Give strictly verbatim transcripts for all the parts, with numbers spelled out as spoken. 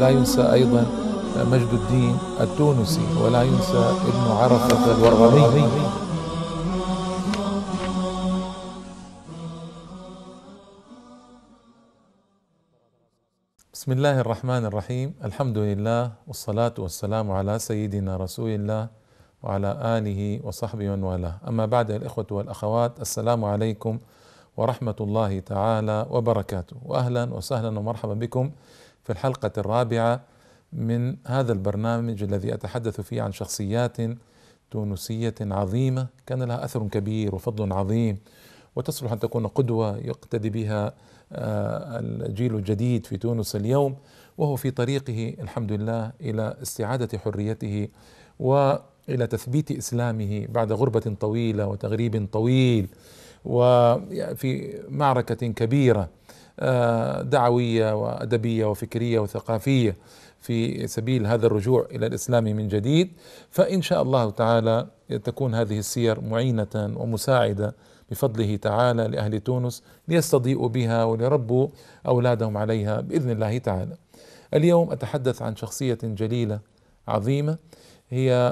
ولا ينسى أيضا مجد الدين التونسي، ولا ينسى ابن عرفة الورغمي. بسم الله الرحمن الرحيم. الحمد لله والصلاة والسلام على سيدنا رسول الله وعلى آله وصحبه ومن والاه. أما بعد، الإخوة والأخوات، السلام عليكم ورحمة الله تعالى وبركاته، وأهلا وسهلا ومرحبا بكم في الحلقة الرابعة من هذا البرنامج الذي أتحدث فيه عن شخصيات تونسية عظيمة كان لها أثر كبير وفضل عظيم، وتصلح أن تكون قدوة يقتدي بها الجيل الجديد في تونس اليوم، وهو في طريقه الحمد لله إلى استعادة حريته وإلى تثبيت إسلامه بعد غربة طويلة وتغريب طويل، وفي معركة كبيرة دعوية وأدبية وفكرية وثقافية في سبيل هذا الرجوع إلى الإسلام من جديد. فإن شاء الله تعالى تكون هذه السير معينة ومساعدة بفضله تعالى لأهل تونس ليستضيئوا بها وليربوا أولادهم عليها بإذن الله تعالى. اليوم أتحدث عن شخصية جليلة عظيمة، هي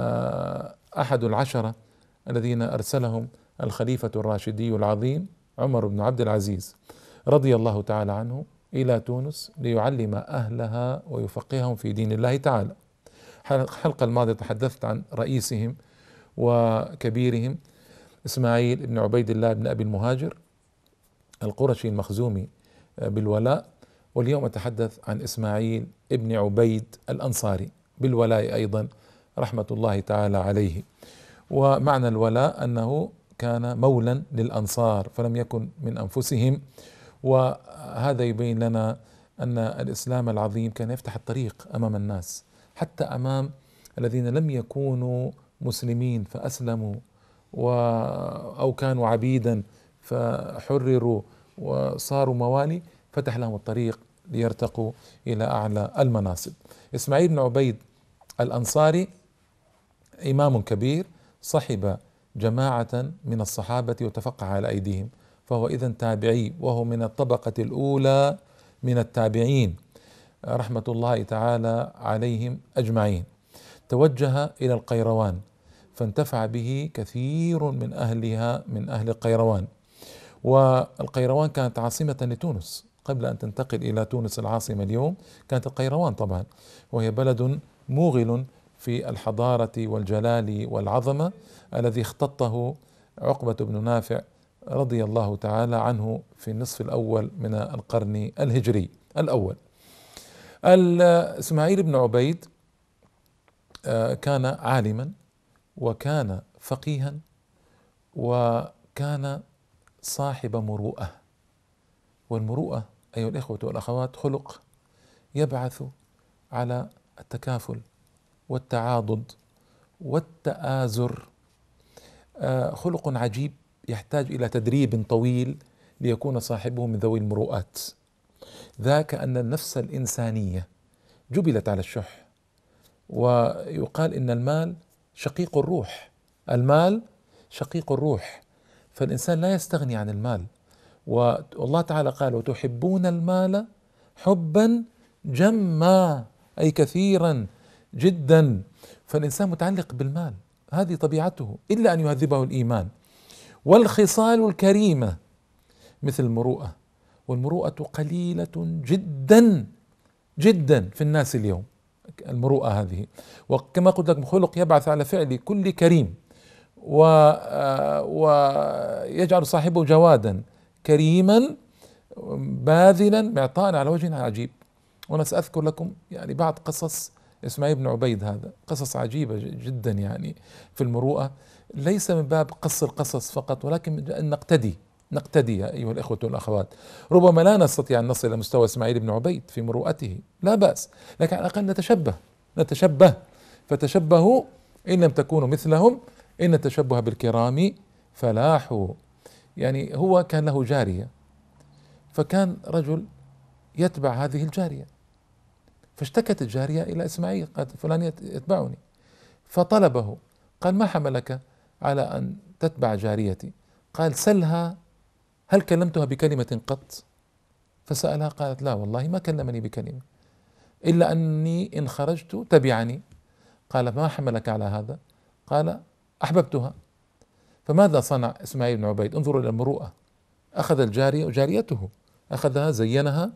أحد العشرة الذين أرسلهم الخليفة الراشدي العظيم عمر بن عبد العزيز رضي الله تعالى عنه إلى تونس ليعلم أهلها ويفقههم في دين الله تعالى. الحلقة الماضية تحدثت عن رئيسهم وكبيرهم إسماعيل بن عبيد الله بن أبي المهاجر القرشي المخزومي بالولاء، واليوم أتحدث عن إسماعيل بن عبيد الأنصاري بالولاء أيضا رحمة الله تعالى عليه. ومعنى الولاء أنه كان مولا للأنصار فلم يكن من أنفسهم، وهذا يبين لنا أن الإسلام العظيم كان يفتح الطريق أمام الناس، حتى أمام الذين لم يكونوا مسلمين فأسلموا و أو كانوا عبيدا فحرروا وصاروا موالي، فتح لهم الطريق ليرتقوا إلى أعلى المناصب. إسماعيل بن عبيد الأنصاري إمام كبير، صحب جماعة من الصحابة وتفقه على أيديهم، فهو إذن تابعي، وهو من الطبقة الأولى من التابعين رحمة الله تعالى عليهم أجمعين. توجه إلى القيروان فانتفع به كثير من أهلها من أهل القيروان، والقيروان كانت عاصمة لتونس قبل أن تنتقل إلى تونس العاصمة اليوم، كانت القيروان طبعا، وهي بلد موغل في الحضارة والجلال والعظمة الذي اختطه عقبة بن نافع رضي الله تعالى عنه في النصف الأول من القرن الهجري الأول. إسماعيل بن عبيد كان عالما وكان فقيها وكان صاحب مروءة، والمروءة أيها الإخوة والأخوات خلق يبعث على التكافل والتعاضد والتآزر، خلق عجيب يحتاج إلى تدريب طويل ليكون صاحبه من ذوي المروءات. ذاك أن النفس الإنسانية جبلت على الشح، ويقال إن المال شقيق الروح، المال شقيق الروح، فالإنسان لا يستغني عن المال. والله تعالى قال: وتحبون المال حبا جما، أي كثيرا جدا، فالإنسان متعلق بالمال، هذه طبيعته، إلا أن يهذبه الإيمان. والخصال الكريمة مثل المروءة، والمروءة قليلة جدا جدا في الناس اليوم، المروءة هذه، وكما قلت لكم خلق يبعث على فعل كل كريم ويجعل صاحبه جوادا كريما باذلا معطاء على وجه عجيب. وأنا سأذكر لكم يعني بعض قصص إسماعيل بن عبيد، هذا قصص عجيبة جدا يعني في المروءة، ليس من باب قص القصص فقط، ولكن أن نقتدي نقتدي يا أيها الإخوة والأخوات. ربما لا نستطيع أن نصل إلى مستوى إسماعيل بن عبيد في مروءته، لا بأس، لكن على الأقل نتشبه نتشبه فتشبهوا إن لم تكونوا مثلهم إن التشبه بالكرام فلاح. يعني هو كان له جارية، فكان رجل يتبع هذه الجارية، فاشتكت الجارية إلى إسماعيل، قالت: فلان يتبعني، فطلبه، قال: ما حملك على أن تتبع جاريتي؟ قال: سلها هل كلمتها بكلمة قط؟ فسألها قالت: لا والله ما كلمني بكلمة. إلا أني إن خرجت تبعني. قال: ما حملك على هذا؟ قال: أحببتها. فماذا صنع إسماعيل بن عبيد؟ انظروا إلى المروءة. أخذ الجارية وجاريته، أخذها زينها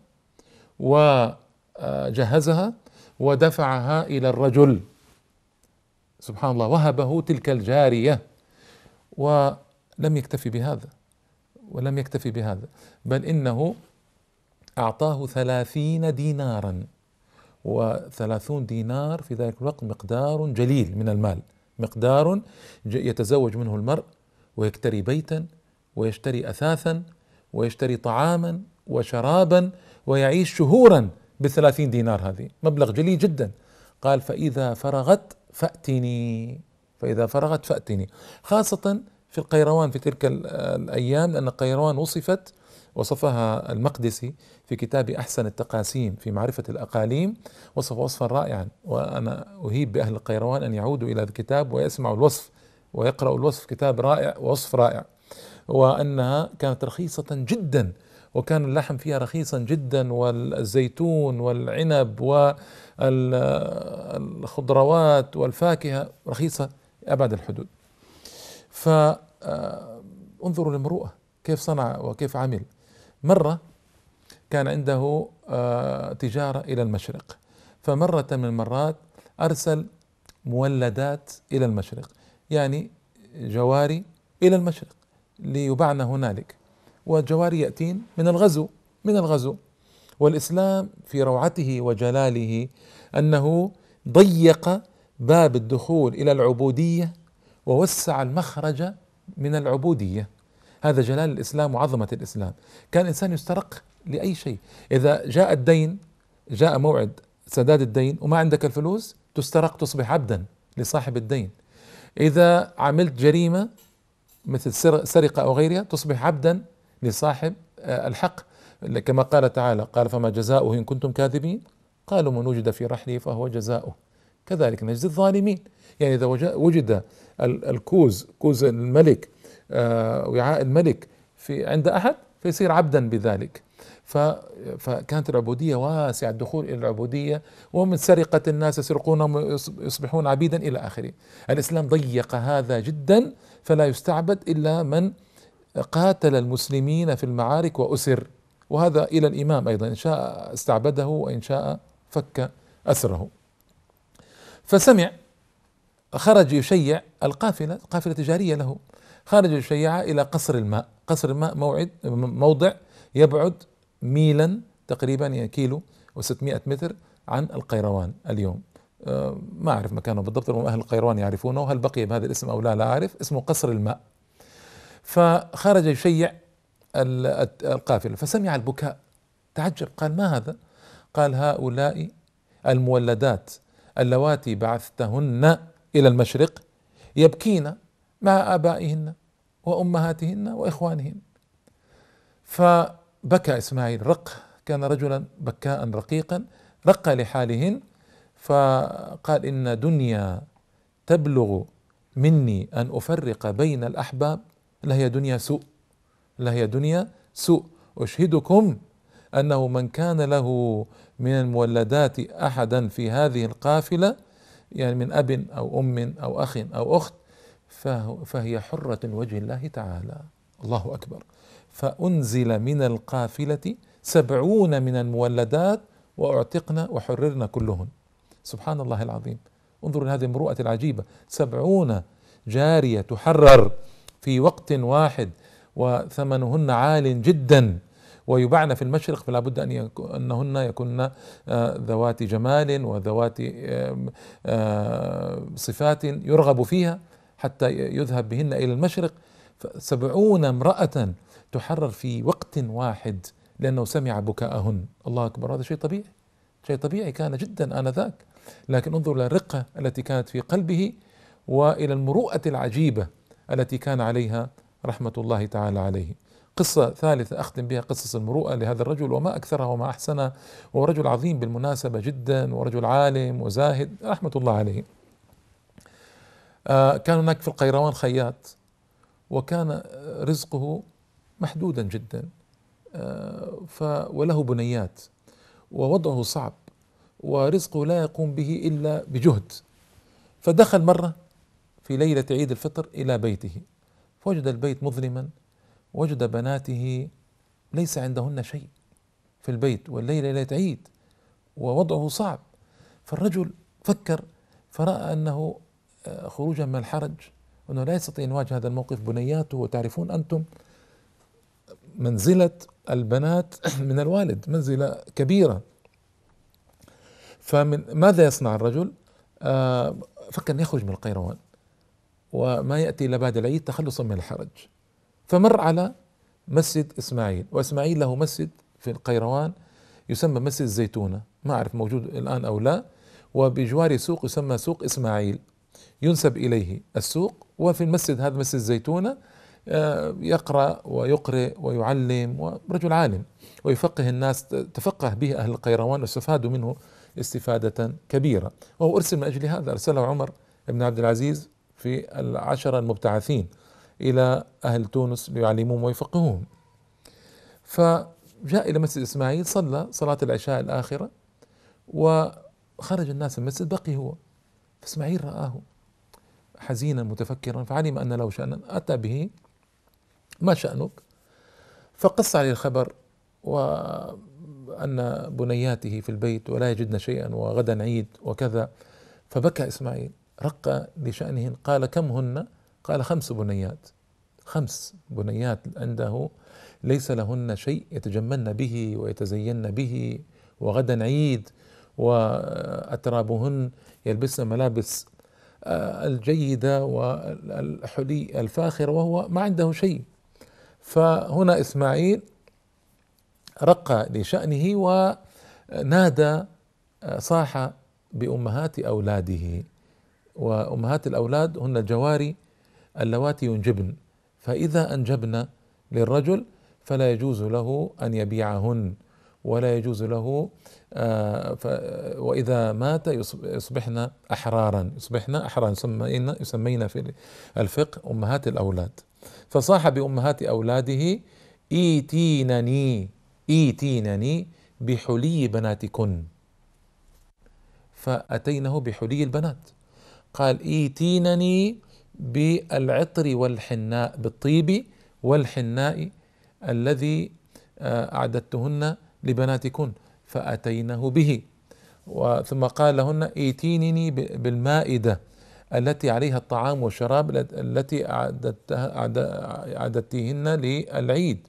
وجهزها ودفعها إلى الرجل، سبحان الله، وهبه تلك الجارية. ولم يكتفي بهذا، ولم يكتفي بهذا بل إنه أعطاه ثلاثين دينارا، وثلاثون دينار في ذلك الوقت مقدار جليل من المال، مقدار يتزوج منه المرء ويكتري بيتا ويشتري أثاثا ويشتري طعاما وشرابا ويعيش شهورا بثلاثين دينار. هذه مبلغ جليل جدا. قال: فإذا فرغت فأتني، فإذا فرغت فأتني، خاصة في القيروان في تلك الأيام، لأن القيروان وصفت وصفها المقدسي في كتاب أحسن التقاسيم في معرفة الأقاليم، وصف وصفا رائعا. وأنا أهيب بأهل القيروان أن يعودوا إلى الكتاب ويسمعوا الوصف ويقرأوا الوصف، كتاب رائع ووصف رائع. وأنها كانت رخيصة جدا، وكان اللحم فيها رخيصا جدا، والزيتون والعنب والخضروات والفاكهة رخيصة أبعد الحدود. فانظروا للمروءة كيف صنع وكيف عمل. مرة كان عنده تجارة إلى المشرق، فمرة من المرات أرسل مولدات إلى المشرق، يعني جواري إلى المشرق ليباعن هنالك، والجواري يأتين من الغزو من الغزو والإسلام في روعته وجلاله أنه ضيق باب الدخول إلى العبودية ووسع المخرج من العبودية. هذا جلال الإسلام وعظمة الإسلام. كان الإنسان يسترق لأي شيء، إذا جاء الدين، جاء موعد سداد الدين وما عندك الفلوس، تسترق، تصبح عبدا لصاحب الدين. إذا عملت جريمة مثل سرقة أو غيرها، تصبح عبدا لصاحب الحق، كما قال تعالى: قال: فما جزاؤه إن كنتم كاذبين؟ قالوا: من وجد في رحله فهو جزاؤه كذلك نجزي الظالمين. يعني إذا وجد الكوز، كوز الملك، وعاء الملك في عند أحد، فيصير عبدا بذلك. فكانت العبودية واسعة، الدخول إلى العبودية، ومن سرقة الناس يسرقونهم يصبحون عبيدا إلى آخره. الإسلام ضيق هذا جدا، فلا يستعبد إلا من قاتل المسلمين في المعارك وأسر، وهذا إلى الإمام أيضا، إن شاء استعبده وإن شاء فك أسره. فسمع، خرج يشيع القافلة، قافلة تجارية له، خرج يشيعها إلى قصر الماء. قصر الماء موعد موضع يبعد ميلا تقريبا، يعني كيلو وستمائة متر عن القيروان اليوم. أه ما أعرف مكانه بالضبط، أهل القيروان يعرفونه، هل بقي بهذا الاسم أو لا لا أعرف. اسمه قصر الماء. فخرج يشيع القافلة فسمع البكاء، تعجب، قال: ما هذا؟ قال: هؤلاء المولدات اللواتي بعثتهن إلى المشرق يبكين مع آبائهن وأمهاتهن وإخوانهن. فبكى إسماعيل، رق، كان رجلا بكاء رقيقا، رق لحالهن، فقال: إن دنيا تبلغ مني أن أفرق بين الأحباب لهي دنيا سوء، لهي دنيا سوء. أشهدكم أنه من كان له من المولدات أحدا في هذه القافلة، يعني من أب أو أم أو أخ أو أخت، فهي حرة وجه الله تعالى. الله أكبر. فأنزل من القافلة سبعون من المولدات وأعتقن وحررن كلهن. سبحان الله العظيم. انظروا لهذه المروءة العجيبة، سبعون جارية تحرر في وقت واحد، وثمنهن عال جدا، ويباعن في المشرق، فلا بد أن يكون أنهن يكون ذوات جمال وذوات صفات يرغب فيها حتى يذهب بهن إلى المشرق. سبعون امرأة تحرر في وقت واحد لأنه سمع بكاءهن. الله أكبر. هذا شيء طبيعي، شيء طبيعي كان جدا آنذاك، لكن انظر إلى الرقة التي كانت في قلبه وإلى المروءة العجيبة التي كان عليها رحمة الله تعالى عليه. قصة ثالثة أختم بها، قصص المروءة لهذا الرجل وما أكثرها وما أحسنها، وهو رجل عظيم بالمناسبة جدا، ورجل عالم وزاهد رحمة الله عليه. آه كان هناك في القيروان خياط، وكان رزقه محدودا جدا، آه ف وله بنيات، ووضعه صعب، ورزقه لا يقوم به إلا بجهد. فدخل مرة في ليلة عيد الفطر إلى بيته، فوجد البيت مظلما، وجد بناته ليس عندهن شيء في البيت، والليلة ليلة عيد ووضعه صعب. فالرجل فكر فرأى أنه خروجا من الحرج، أنه لا يستطيع أن يواجه هذا الموقف، بنياته، وتعرفون أنتم منزلة البنات من الوالد منزلة كبيرة. فمن ماذا يصنع الرجل؟ آه فكر أن يخرج من القيروان وما يأتي إلا بعد العيد تخلصا من الحرج. فمر على مسجد إسماعيل، وإسماعيل له مسجد في القيروان يسمى مسجد الزيتونة، ما أعرف موجود الآن أو لا، وبجوار سوق يسمى سوق إسماعيل ينسب إليه السوق. وفي المسجد هذا مسجد الزيتونة يقرأ ويقرئ ويعلم، ورجل عالم ويفقه الناس، تفقه به أهل القيروان واستفادوا منه استفادة كبيرة. وهو أرسل من أجل هذا، أرسله عمر بن عبد العزيز في العشرة المبتعثين إلى أهل تونس ليعلموهم ويفقهوهم. فجاء إلى مسجد إسماعيل، صلى صلاة العشاء الآخرة وخرج الناس من المسجد، بقي هو. فإسماعيل رآه حزينا متفكرا، فعلم أن له شأنا، أتى به: ما شأنك؟ فقص عليه الخبر، وأن بنياته في البيت ولا يجدن شيئا وغدا عيد وكذا. فبكى إسماعيل، رق لشأنهن، قال: كم هن؟ قال: خمس بنيات. خمس بنيات عنده ليس لهن شيء يتجملن به ويتزين به، وغدا عيد، وأترابهن يلبسن ملابس الجيدة والحلي الفاخر، وهو ما عنده شيء. فهنا إسماعيل رق لشأنه ونادى، صاح بأمهات أولاده، وأمهات الأولاد هن الجواري اللواتي ينجبن، فإذا أنجبن للرجل فلا يجوز له أن يبيعهن، ولا يجوز له آه وإذا مات يصبحن أحرارا، يصبحن أحرارا، يسمين يسمين في الفقه أمهات الأولاد. فصاح بأمهات أولاده: إيتينني إيتينني بحلي بناتكن. فأتينه بحلي البنات، قال: إيتينني بالعطر والحناء، بالطيب والحناء الذي أعددتهن لبناتكن. فأتينه به، ثم قال لهن: إيتينني بالمائدة التي عليها الطعام والشراب التي أعددتهن للعيد.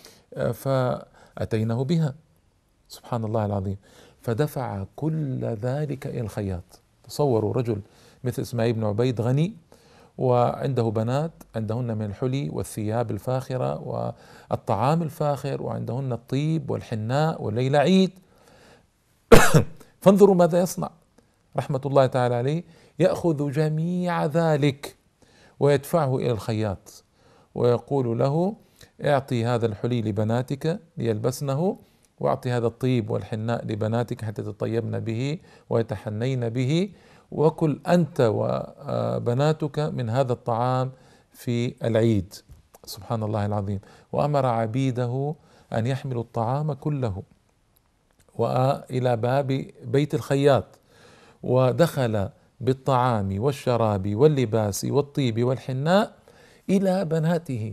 فأتينه بها. سبحان الله العظيم. فدفع كل ذلك إلى الخياط. تصوروا رجل مثل إسماعيل بن عبيد غني وعنده بنات عندهن من الحلي والثياب الفاخرة والطعام الفاخر، وعندهن الطيب والحناء، والليلة عيد. فانظروا ماذا يصنع رحمة الله تعالى عليه: يأخذ جميع ذلك ويدفعه إلى الخياط، ويقول له: اعطي هذا الحلي لبناتك ليلبسنه، واعطي هذا الطيب والحناء لبناتك حتى تطيبن به ويتحنين به، وكل أنت وبناتك من هذا الطعام في العيد. سبحان الله العظيم. وأمر عبيده أن يحملوا الطعام كله وإلى باب بيت الخياط، ودخل بالطعام والشراب واللباس والطيب والحناء إلى بناته،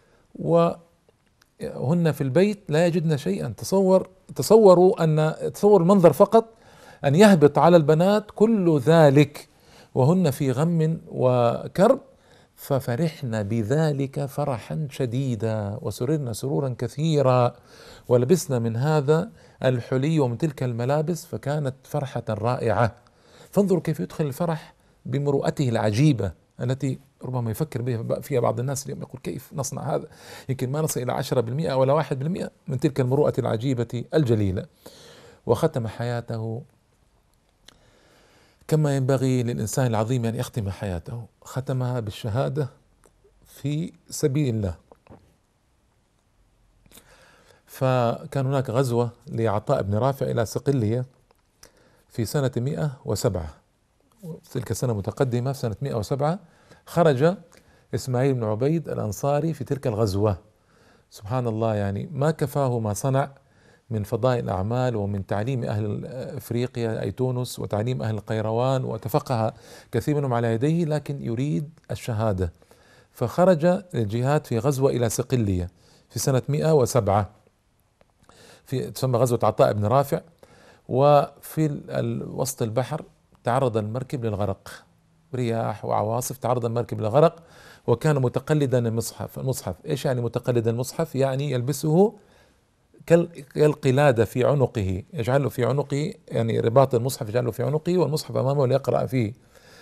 وهن في البيت لا يجدن شيئا. تصور تصوروا أن تصور المنظر فقط، أن يهبط على البنات كل ذلك وهن في غم وكرب. ففرحن بذلك فرحا شديدا، وسررن سرورا كثيرا، ولبسنا من هذا الحلي ومن تلك الملابس، فكانت فرحة رائعة. فانظروا كيف يدخل الفرح بمروءته العجيبة التي ربما يفكر بها فيها بعض الناس اليوم، يقول: كيف نصنع هذا؟ يمكن ما نصل إلى عشرة بالمئة ولا واحد بالمئة من تلك المروءة العجيبة الجليلة. وختم حياته كما ينبغي للإنسان العظيم أن يختم حياته، ختمها بالشهادة في سبيل الله. فكان هناك غزوة لعطاء بن رافع إلى صقلية في سنة مئة وسبعة، تلك سنة متقدمة، في سنة مئة وسبعة خرج إسماعيل بن عبيد الأنصاري في تلك الغزوة. سبحان الله، يعني ما كفاه ما صنع من فضائل الأعمال ومن تعليم أهل إفريقيا أي تونس وتعليم أهل القيروان، وتفقه كثير منهم على يديه، لكن يريد الشهادة، فخرج للجهاد في غزوة إلى صقلية في سنة مئة وسبعة، في تسمى غزوة عطاء بن رافع. وفي وسط البحر تعرض المركب للغرق، رياح وعواصف، تعرض المركب للغرق، وكان متقلدا المصحف. المصحف ايش يعني متقلدا المصحف؟ يعني يلبسه كالقلادة في عنقه، يجعله في عنقه، يعني رباط المصحف يجعله في عنقه والمصحف أمامه ليقرأ فيه،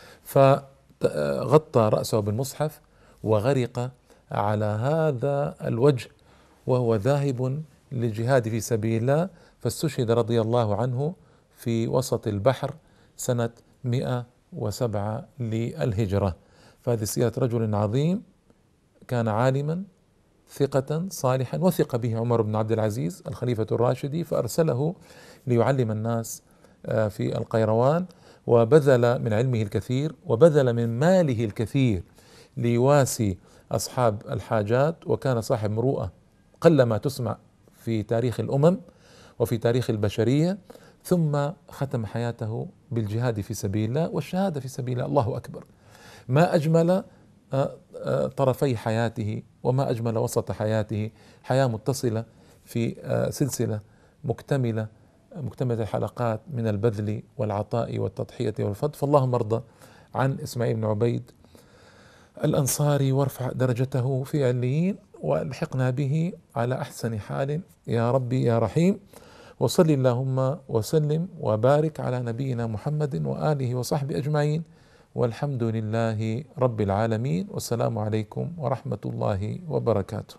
فغطى رأسه بالمصحف وغرق على هذا الوجه وهو ذاهب للجهاد في سبيل الله، فاستشهد رضي الله عنه في وسط البحر سنة مئة وسبعة للهجرة. فهذه سيرة رجل عظيم كان عالما ثقة صالحا، وثق به عمر بن عبد العزيز الخليفة الراشدي، فأرسله ليعلم الناس في القيروان، وبذل من علمه الكثير وبذل من ماله الكثير ليواسي أصحاب الحاجات، وكان صاحب مروءة قلما تسمع في تاريخ الأمم وفي تاريخ البشرية. ثم ختم حياته بالجهاد في سبيل الله والشهادة في سبيل الله. الله أكبر، ما أجمل طرفي حياته وما أجمل وسط حياته، حياة متصلة في سلسلة مكتملة مكتملة الحلقات من البذل والعطاء والتضحية والفضل. فاللهم ارضى عن إسماعيل بن عبيد الأنصاري وارفع درجته في عليين، والحقنا به على أحسن حال يا ربي يا رحيم. وصل اللهم وسلم وبارك على نبينا محمد وآله وصحبه أجمعين، والحمد لله رب العالمين، والسلام عليكم ورحمة الله وبركاته.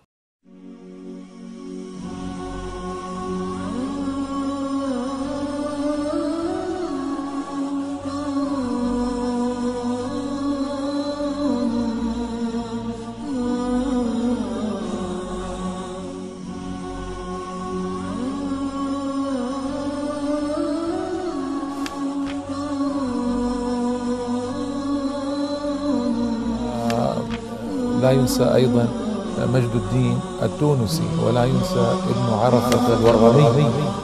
لا ينسى أيضا مجد الدين التونسي، ولا ينسى ابن عرفة الورغمي.